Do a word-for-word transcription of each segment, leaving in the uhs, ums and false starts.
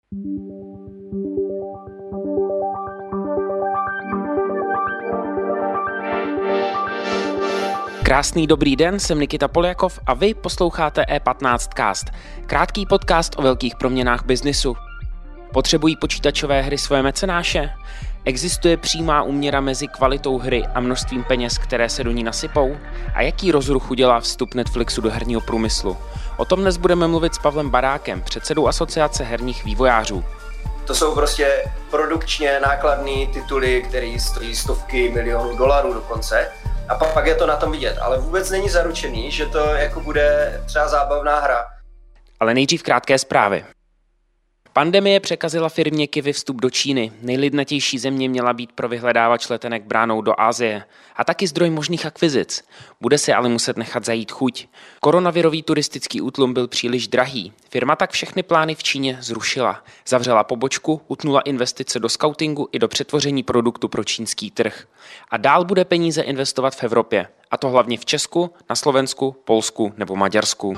Krásný dobrý den, jsem Nikita Poljakov a vy posloucháte E patnáct cast, krátký podcast o velkých proměnách biznisu. Potřebují počítačové hry svoje mecenáše? Existuje přímá úměra mezi kvalitou hry a množstvím peněz, které se do ní nasypou? A jaký rozruch udělá vstup Netflixu do herního průmyslu? O tom dnes budeme mluvit s Pavlem Barákem, předsedou Asociace herních vývojářů. To jsou prostě produkčně nákladné tituly, které stojí stovky milionů dolarů dokonce. A pak je to na tom vidět, ale vůbec není zaručený, že to jako bude třeba zábavná hra. Ale nejdřív krátké zprávy. Pandemie překazila firmě Kiwi vstup do Číny. Nejlidnatější země měla být pro vyhledávač letenek bránou do Asie. A taky zdroj možných akvizic. Bude si ale muset nechat zajít chuť. Koronavirový turistický útlum byl příliš drahý. Firma tak všechny plány v Číně zrušila. Zavřela pobočku, utnula investice do skautingu i do přetvoření produktu pro čínský trh. A dál bude peníze investovat v Evropě. A to hlavně v Česku, na Slovensku, Polsku nebo Maďarsku.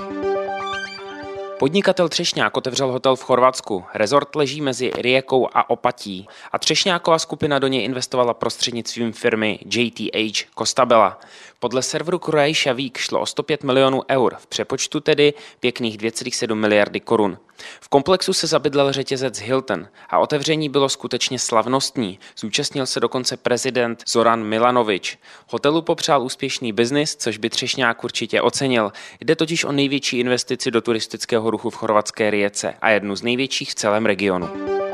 Podnikatel Třešňák otevřel hotel v Chorvatsku. Rezort leží mezi Rijekou a Opatí a Třešňákova skupina do něj investovala prostřednictvím firmy J T H Costabella. Podle serveru Croatia Week šlo o sto pět milionů eur, v přepočtu tedy pěkných dvě celá sedm miliardy korun. V komplexu se zabydlel řetězec Hilton a otevření bylo skutečně slavnostní. Zúčastnil se dokonce prezident Zoran Milanović. Hotelu popřál úspěšný biznis, což by Třešňák určitě ocenil. Jde totiž o největší investici do turistického ruchu v chorvatské Rijece a jednu z největších v celém regionu.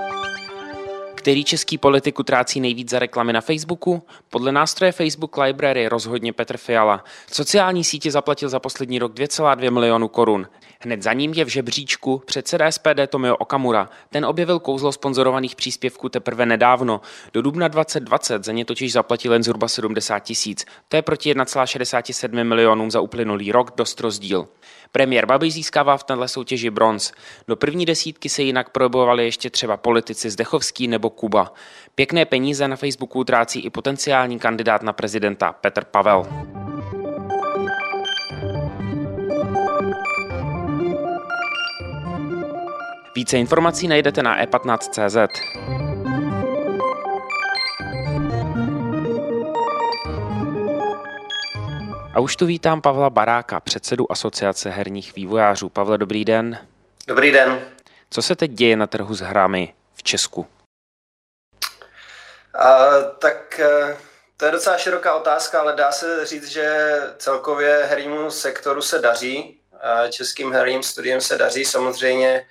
Který český politik utrácí nejvíc za reklamy na Facebooku? Podle nástroje Facebook Library rozhodně Petr Fiala. Sociální sítě zaplatil za poslední rok dvě celá dvě milionu korun. Hned za ním je v žebříčku předseda S P D Tomio Okamura. Ten objevil kouzlo sponzorovaných příspěvků teprve nedávno. Do dubna dvacet dvacet za ně totiž zaplatil jen zhruba sedmdesát tisíc. To je proti jedna celá šedesát sedm milionům za uplynulý rok dost rozdíl. Premiér Babiš získává v téhle soutěži bronz. Do první desítky se jinak projevovali ještě třeba politici Zdechovský nebo Kuba. Pěkné peníze na Facebooku utrácí i potenciální kandidát na prezidenta Petr Pavel. Více informací najdete na e patnáct tečka cé zet. A už tu vítám Pavla Baráka, předsedu Asociace herních vývojářů. Pavle, dobrý den. Dobrý den. Co se teď děje na trhu s hrami v Česku? A, tak to je docela široká otázka, ale dá se říct, že celkově hernímu sektoru se daří. Českým herním studiem se daří. Samozřejmě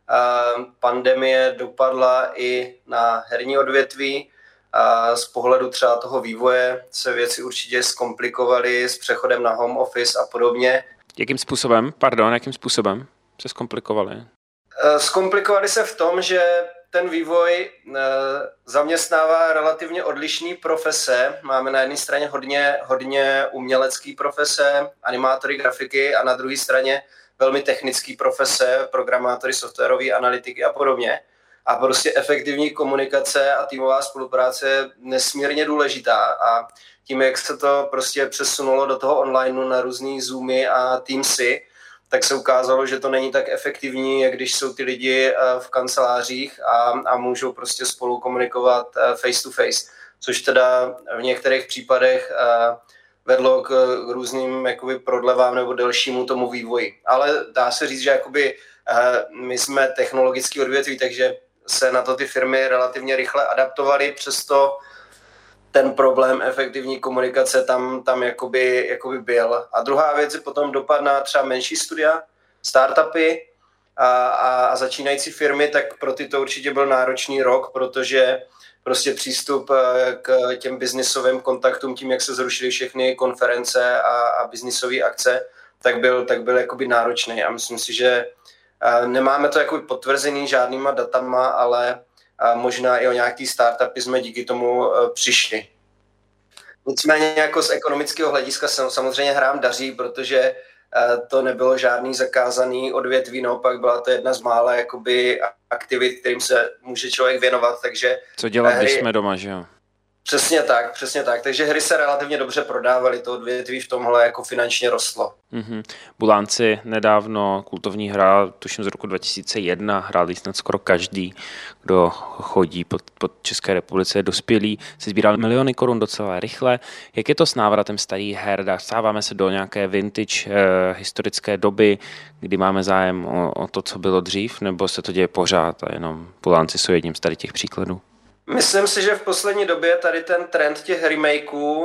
pandemie dopadla i na herní odvětví. A z pohledu třeba toho vývoje se věci určitě zkomplikovaly s přechodem na home office a podobně. Jakým způsobem? Pardon, jakým způsobem se zkomplikovaly? Zkomplikovaly se v tom, že ten vývoj zaměstnává relativně odlišné profese. Máme na jedné straně hodně, hodně umělecké profese, animátory, grafiky a na druhé straně velmi technické profese, programátory, softwarové analytiky a podobně. A prostě efektivní komunikace a týmová spolupráce je nesmírně důležitá. A tím, jak se to prostě přesunulo do toho onlineu na různý Zoomy a Teamsy, tak se ukázalo, že to není tak efektivní, jak když jsou ty lidi v kancelářích a, a můžou prostě spolu komunikovat face to face. Což teda v některých případech vedlo k různým jakoby prodlevám nebo delšímu tomu vývoji. Ale dá se říct, že jakoby my jsme technologický odvětví, takže se na to ty firmy relativně rychle adaptovaly, přesto ten problém efektivní komunikace tam, tam jakoby, jakoby byl. A druhá věc je potom dopad na třeba menší studia, startupy a, a, a začínající firmy, tak pro ty to určitě byl náročný rok, protože prostě přístup k těm biznisovým kontaktům, tím, jak se zrušily všechny konference a, a biznisové akce, tak byl, tak byl jakoby náročný. A myslím si, že nemáme to jakoby potvrzený žádnýma datama, ale možná i o nějaký startupy jsme díky tomu přišli. Nicméně jako z ekonomického hlediska se samozřejmě hrám daří, protože to nebylo žádný zakázaný odvětví, naopak byla to jedna z mála jakoby aktivit, kterým se může člověk věnovat, takže... Co dělat, hry... když jsme doma, že jo? Přesně tak, přesně tak. Takže hry se relativně dobře prodávaly, to odvětví v tomhle jako finančně rostlo. Mm-hmm. Bulánci nedávno, kultovní hra, tuším z roku dva tisíce jedna, hráli snad skoro každý, kdo chodí po, po České republice, je dospělý, si sbíral miliony korun docela rychle. Jak je to s návratem starých her? Dostáváme se do nějaké vintage eh, historické doby, kdy máme zájem o, o to, co bylo dřív, nebo se to děje pořád a jenom Bulánci jsou jedním z tady těch příkladů? Myslím si, že v poslední době tady ten trend těch remakeů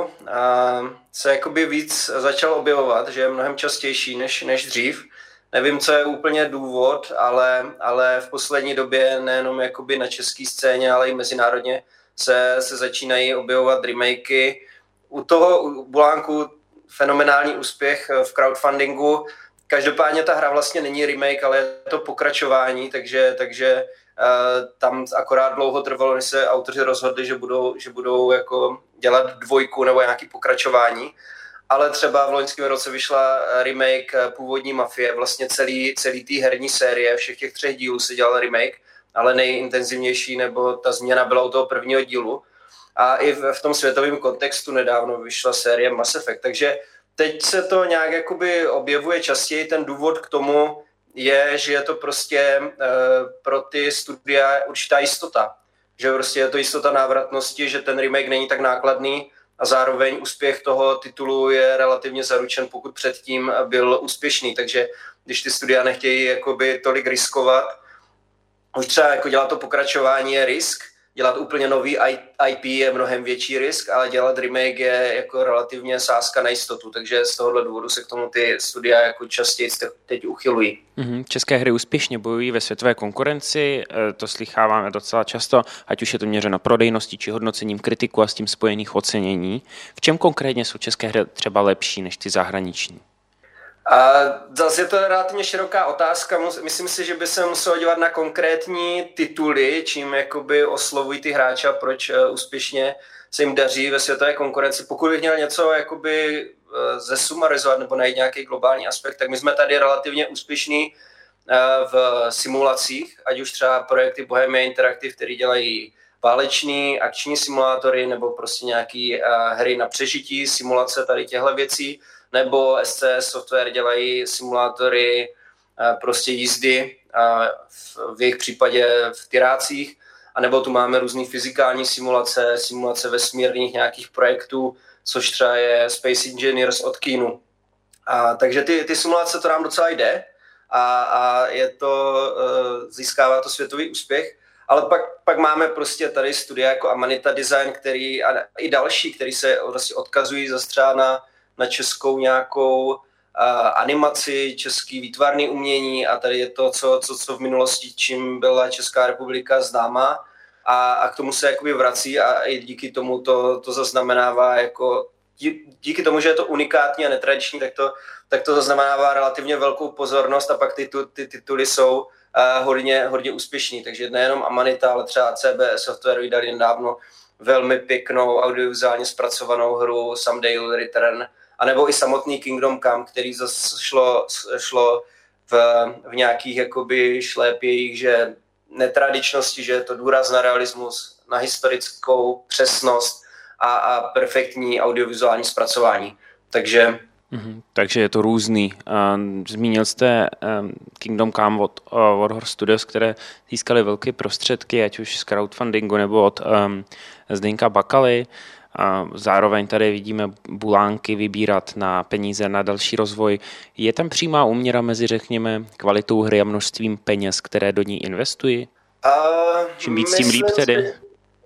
se jakoby víc začal objevovat, že je mnohem častější než, než dřív. Nevím, co je úplně důvod, ale, ale v poslední době nejenom jakoby na české scéně, ale i mezinárodně se, se začínají objevovat remakey. U toho u Bulánku fenomenální úspěch v crowdfundingu. Každopádně ta hra vlastně není remake, ale je to pokračování, takže, takže Uh, tam akorát dlouho trvalo, než se autoři rozhodli, že budou, že budou jako dělat dvojku nebo nějaké pokračování. Ale třeba v loňském roce vyšla remake původní Mafie, vlastně celý, celý té herní série, všech těch třech dílů se dělal remake, ale nejintenzivnější, nebo ta změna byla u toho prvního dílu. A i v, v tom světovém kontextu nedávno vyšla série Mass Effect, takže teď se to nějak jakoby objevuje častěji, ten důvod k tomu je, že je to prostě e, pro ty studia určitá jistota. Že prostě je to jistota návratnosti, že ten remake není tak nákladný a zároveň úspěch toho titulu je relativně zaručen, pokud předtím byl úspěšný. Takže když ty studia nechtějí jakoby tolik riskovat, už třeba jako dělat to pokračování je risk, dělat úplně nový I P je mnohem větší risk, ale dělat remake je jako relativně sázka na jistotu, takže z tohohle důvodu se k tomu ty studia jako častěji teď uchylují. České hry úspěšně bojují ve světové konkurenci, to slycháváme docela často, ať už je to měřeno prodejností či hodnocením kritiku a s tím spojených ocenění. V čem konkrétně jsou české hry třeba lepší než ty zahraniční? A zase je to relativně široká otázka. Myslím si, že by se muselo dívat na konkrétní tituly, čím jakoby oslovují ty hráče a proč úspěšně se jim daří ve světové konkurenci. Pokud bych měl něco jakoby zesumarizovat nebo najít nějaký globální aspekt, tak my jsme tady relativně úspěšní v simulacích, ať už třeba projekty Bohemia Interactive, který dělají váleční, akční simulátory nebo prostě nějaký hry na přežití, simulace tady těchto věcí, nebo S C S Software dělají simulátory prostě jízdy v jejich případě v tyrácích, anebo tu máme různý fyzikální simulace, simulace vesmírných nějakých projektů, což třeba je Space Engineers od Kínu. A, takže ty, ty simulace to nám docela jde a, a je to, získává to světový úspěch, ale pak, pak máme prostě tady studia jako Amanita Design, který a i další, který se vlastně odkazují zase třeba na na českou nějakou uh, animaci, český výtvarný umění a tady je to, co, co, co v minulosti, čím byla Česká republika známá a, a k tomu se jakoby vrací a i díky tomu to, to zaznamenává jako, díky tomu, že je to unikátní a netradiční, tak to, tak to zaznamenává relativně velkou pozornost a pak ty, ty tituly jsou uh, hodně, hodně úspěšný, takže nejenom Amanita, ale třeba C B S Software vydali nedávno velmi pěknou audiovizuálně zpracovanou hru Someday Will Return, anebo i samotný Kingdom Come, který zase šlo, šlo v, v nějakých jakoby šlépějích, že netradičnosti, že je to důraz na realismus, na historickou přesnost a, a perfektní audiovizuální zpracování. Takže Mm-hmm. Takže je to různý. Zmínil jste Kingdom Come od Warhorse Studios, které získaly velké prostředky, ať už z crowdfundingu nebo od um, Zdeňka Bakaly. A zároveň tady vidíme Bulánky vybírat na peníze na další rozvoj. Je tam přímá úměra mezi, řekněme, kvalitou hry a množstvím peněz, které do ní investují? Uh, Čím víc, tím líp tedy? Si,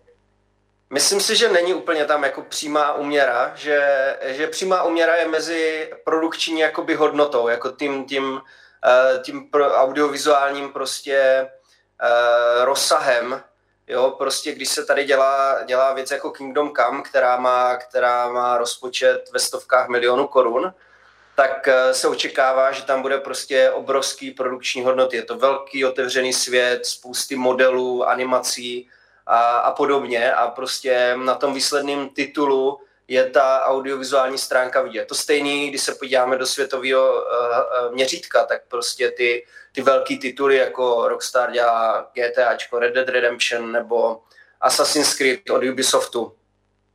myslím si, že není úplně tam jako přímá úměra, že, že přímá úměra je mezi produkční jakoby hodnotou, jako tím, tím, tím audiovizuálním prostě uh, rozsahem. Jo, prostě když se tady dělá, dělá věc jako Kingdom Come, která má, která má rozpočet ve stovkách milionů korun, tak se očekává, že tam bude prostě obrovský produkční hodnoty. Je to velký otevřený svět, spousty modelů, animací a, a podobně a prostě na tom výsledném titulu je ta audiovizuální stránka vidět. To stejný, když se podíváme do světového uh, měřítka, tak prostě ty, ty velký tituly jako Rockstar dělá GTAčko, Red Dead Redemption nebo Assassin's Creed od Ubisoftu.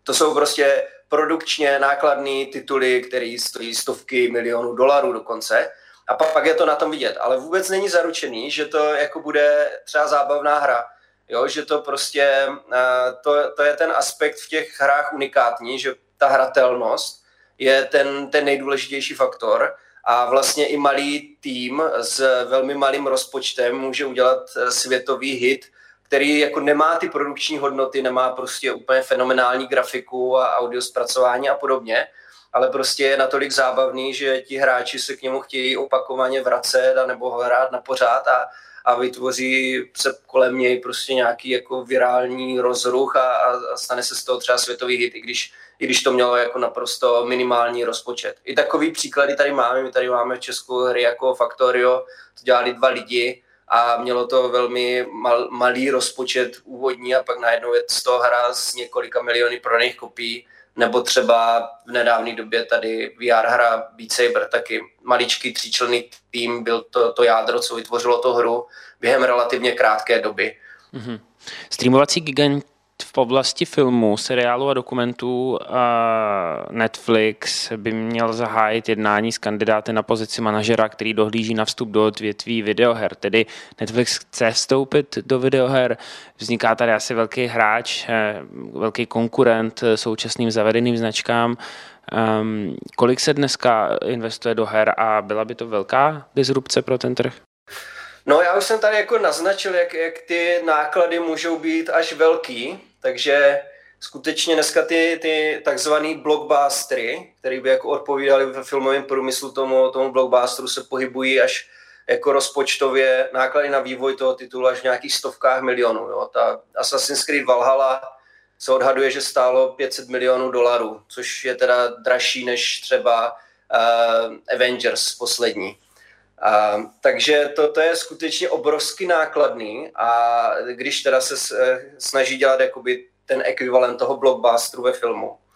To jsou prostě produkčně nákladné tituly, které stojí stovky milionů dolarů dokonce. A pak je to na tom vidět. Ale vůbec není zaručený, že to jako bude třeba zábavná hra. Jo, že to prostě, to, to je ten aspekt v těch hrách unikátní, že ta hratelnost je ten, ten nejdůležitější faktor a vlastně i malý tým s velmi malým rozpočtem může udělat světový hit, který jako nemá ty produkční hodnoty, nemá prostě úplně fenomenální grafiku a audio zpracování a podobně, ale prostě je natolik zábavný, že ti hráči se k němu chtějí opakovaně vracet a nebo hrát na pořád a, a vytvoří se kolem něj prostě nějaký jako virální rozruch a, a stane se z toho třeba světový hit, i když, i když to mělo jako naprosto minimální rozpočet. I takový příklady tady máme, my tady máme v Česku hry jako Factorio, to dělali dva lidi a mělo to velmi mal, malý rozpočet úvodní a pak najednou je z toho hra s několika miliony prodaných kopií. Nebo třeba v nedávné době tady V R hra Beat Saber, taky maličký tříčlenný tým, byl to, to jádro, co vytvořilo tu hru během relativně krátké doby. Mm-hmm. Streamovací gigant v oblasti filmu, seriálu a dokumentů a Netflix by měl zahájit jednání s kandidáty na pozici manažera, který dohlíží na vstup do odvětví videoher. Tedy Netflix chce vstoupit do videoher, vzniká tady asi velký hráč, velký konkurent současným zavedeným značkám. Um, kolik se dneska investuje do her a byla by to velká disrupce pro ten trh? No já už jsem tady jako naznačil, jak, jak ty náklady můžou být až velký, takže skutečně dneska ty, ty takzvaný blockbustery, které by jako odpovídaly ve filmovém průmyslu tomu, tomu blockbusteru, se pohybují až jako rozpočtově náklady na vývoj toho titulu až v nějakých stovkách milionů. Jo. Ta Assassin's Creed Valhalla se odhaduje, že stálo pět set milionů dolarů, což je teda dražší než třeba uh, Avengers poslední. Uh, takže to, to je skutečně obrovsky nákladný a když teda se s, snaží dělat jakoby ten ekvivalent toho blockbusteru ve filmu. Uh,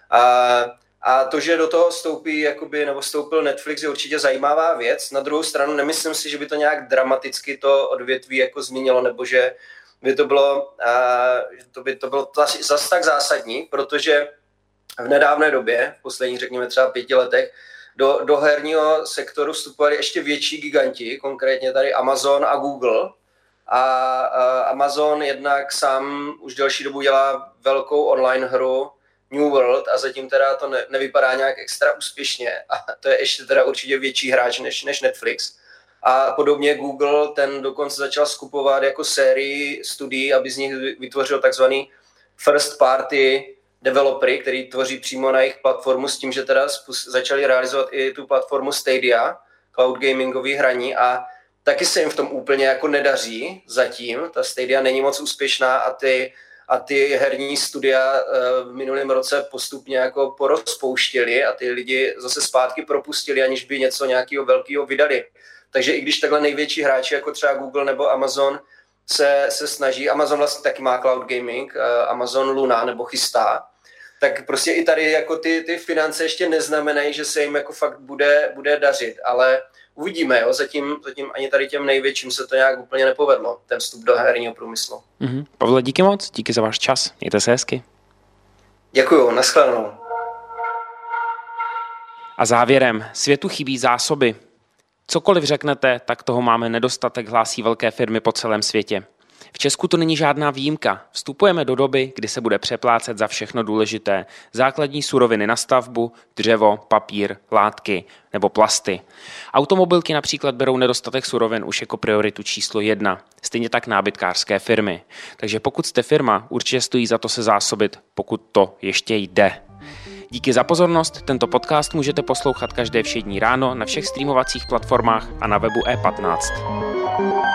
a to, že do toho vstoupí, jakoby, nebo vstoupil Netflix, je určitě zajímavá věc. Na druhou stranu nemyslím si, že by to nějak dramaticky to odvětví jako změnilo, nebo že by to bylo, uh, to by to bylo zas tak zásadní, protože v nedávné době, v posledních řekněme třeba pěti letech, Do, do herního sektoru vstupovali ještě větší giganti, konkrétně tady Amazon a Google. A, a Amazon jednak sám už delší dobu dělá velkou online hru New World a zatím teda to ne, nevypadá nějak extra úspěšně. A to je ještě teda určitě větší hráč než, než Netflix. A podobně Google, ten dokonce začal skupovat jako sérii studií, aby z nich vytvořil takzvaný first party developery, který tvoří přímo na jejich platformu s tím, že teda začali realizovat i tu platformu Stadia, cloud gamingový hraní a taky se jim v tom úplně jako nedaří zatím. Ta Stadia není moc úspěšná a ty, a ty herní studia v minulém roce postupně jako porozpouštěli a ty lidi zase zpátky propustili, aniž by něco nějakého velkého vydali. Takže i když takhle největší hráči jako třeba Google nebo Amazon se, se snaží, Amazon vlastně taky má cloud gaming, Amazon Luna nebo chystá, tak prostě i tady jako ty, ty finance ještě neznamenají, že se jim jako fakt bude, bude dařit, ale uvidíme, jo, zatím, zatím ani tady těm největším se to nějak úplně nepovedlo, ten vstup do herního průmyslu. Mm-hmm. Pavle, díky moc, díky za váš čas, mějte se hezky. Děkuju, nashledanou. A závěrem, světu chybí zásoby. Cokoliv řeknete, tak toho máme nedostatek, hlásí velké firmy po celém světě. V Česku to není žádná výjimka. Vstupujeme do doby, kdy se bude přeplácet za všechno důležité. Základní suroviny na stavbu, dřevo, papír, látky nebo plasty. Automobilky například berou nedostatek surovin už jako prioritu číslo jedna. Stejně tak nábytkářské firmy. Takže pokud jste firma, určitě stojí za to se zásobit, pokud to ještě jde. Díky za pozornost, tento podcast můžete poslouchat každé všední ráno na všech streamovacích platformách a na webu E patnáct.